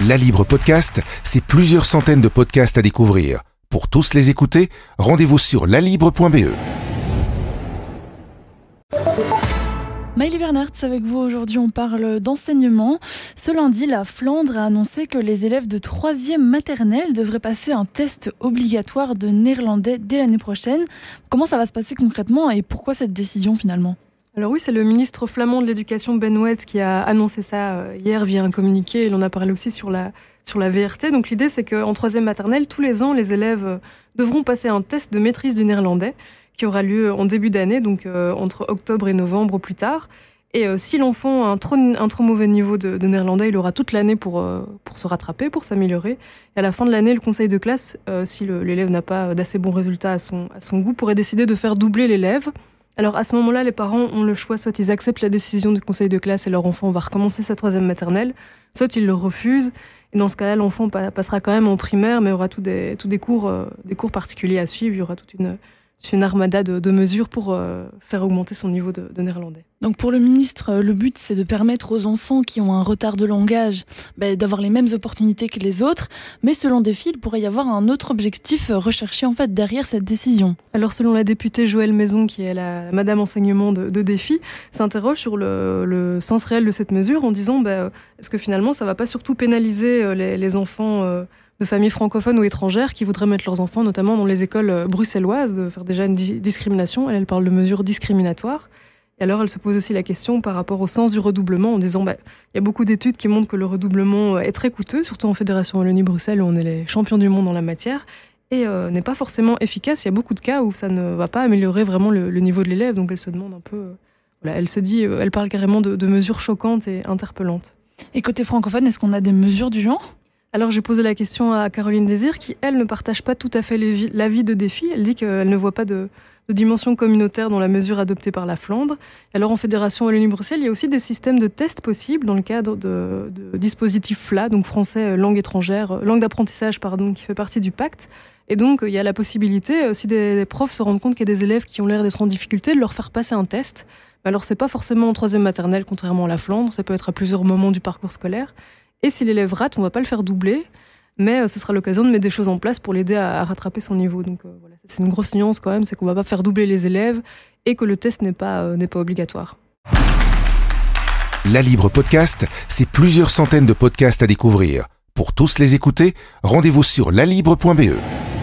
La Libre Podcast, c'est plusieurs centaines de podcasts à découvrir. Pour tous les écouter, rendez-vous sur lalibre.be. Maëlie Bernard, avec vous aujourd'hui, on parle d'enseignement. Ce lundi, la Flandre a annoncé que les élèves de 3e maternelle devraient passer un test obligatoire de néerlandais dès l'année prochaine. Comment ça va se passer concrètement et pourquoi cette décision finalement ? Alors oui, c'est le ministre flamand de l'Éducation Ben Wet qui a annoncé ça hier via un communiqué. Il en a parlé aussi sur la VRT. Donc l'idée, c'est qu'en 3e maternelle, tous les ans, les élèves devront passer un test de maîtrise du néerlandais qui aura lieu en début d'année, donc entre octobre et novembre au plus tard. Et si l'enfant a un trop mauvais niveau de néerlandais, il aura toute l'année pour se rattraper, pour s'améliorer. Et à la fin de l'année, le conseil de classe, si l'élève n'a pas d'assez bons résultats à son goût, pourrait décider de faire doubler l'élève. Alors à ce moment-là, les parents ont le choix, soit ils acceptent la décision du conseil de classe et leur enfant va recommencer sa 3e maternelle, soit ils le refusent. Et dans ce cas-là, l'enfant passera quand même en primaire, mais aura des cours particuliers à suivre. Il y aura toute une armada de mesures pour faire augmenter son niveau de néerlandais. Donc pour le ministre, le but c'est de permettre aux enfants qui ont un retard de langage d'avoir les mêmes opportunités que les autres, mais selon Défi, il pourrait y avoir un autre objectif recherché en fait derrière cette décision. Alors selon la députée Joëlle Maison, qui est la madame enseignement de Défi, s'interroge sur le sens réel de cette mesure en disant est-ce que finalement ça va pas surtout pénaliser les enfants de familles francophones ou étrangères qui voudraient mettre leurs enfants notamment dans les écoles bruxelloises, de faire déjà une discrimination. Elle parle de mesures discriminatoires. Et alors, elle se pose aussi la question par rapport au sens du redoublement, en disant il y a beaucoup d'études qui montrent que le redoublement est très coûteux, surtout en Fédération Wallonie-Bruxelles, où on est les champions du monde en la matière, et n'est pas forcément efficace. Il y a beaucoup de cas où ça ne va pas améliorer vraiment le niveau de l'élève, donc elle se demande un peu... elle parle carrément de mesures choquantes et interpellantes. Et côté francophone, est-ce qu'on a des mesures du genre ? Alors j'ai posé la question à Caroline Désir, qui elle ne partage pas tout à fait l'avis de Défi. Elle dit qu'elle ne voit pas de dimension communautaire dans la mesure adoptée par la Flandre. Alors en Fédération Wallonie-Bruxelles, il y a aussi des systèmes de tests possibles dans le cadre de dispositifs FLA, donc français langue étrangère, langue d'apprentissage qui fait partie du pacte. Et donc il y a la possibilité, si des profs se rendent compte qu'il y a des élèves qui ont l'air d'être en difficulté, de leur faire passer un test. Alors c'est pas forcément en 3e maternelle, contrairement à la Flandre, ça peut être à plusieurs moments du parcours scolaire. Et si l'élève rate, on ne va pas le faire doubler, mais ce sera l'occasion de mettre des choses en place pour l'aider à rattraper son niveau. Donc voilà, c'est une grosse nuance quand même, c'est qu'on ne va pas faire doubler les élèves et que le test n'est pas obligatoire. La Libre Podcast, c'est plusieurs centaines de podcasts à découvrir. Pour tous les écouter, rendez-vous sur lalibre.be.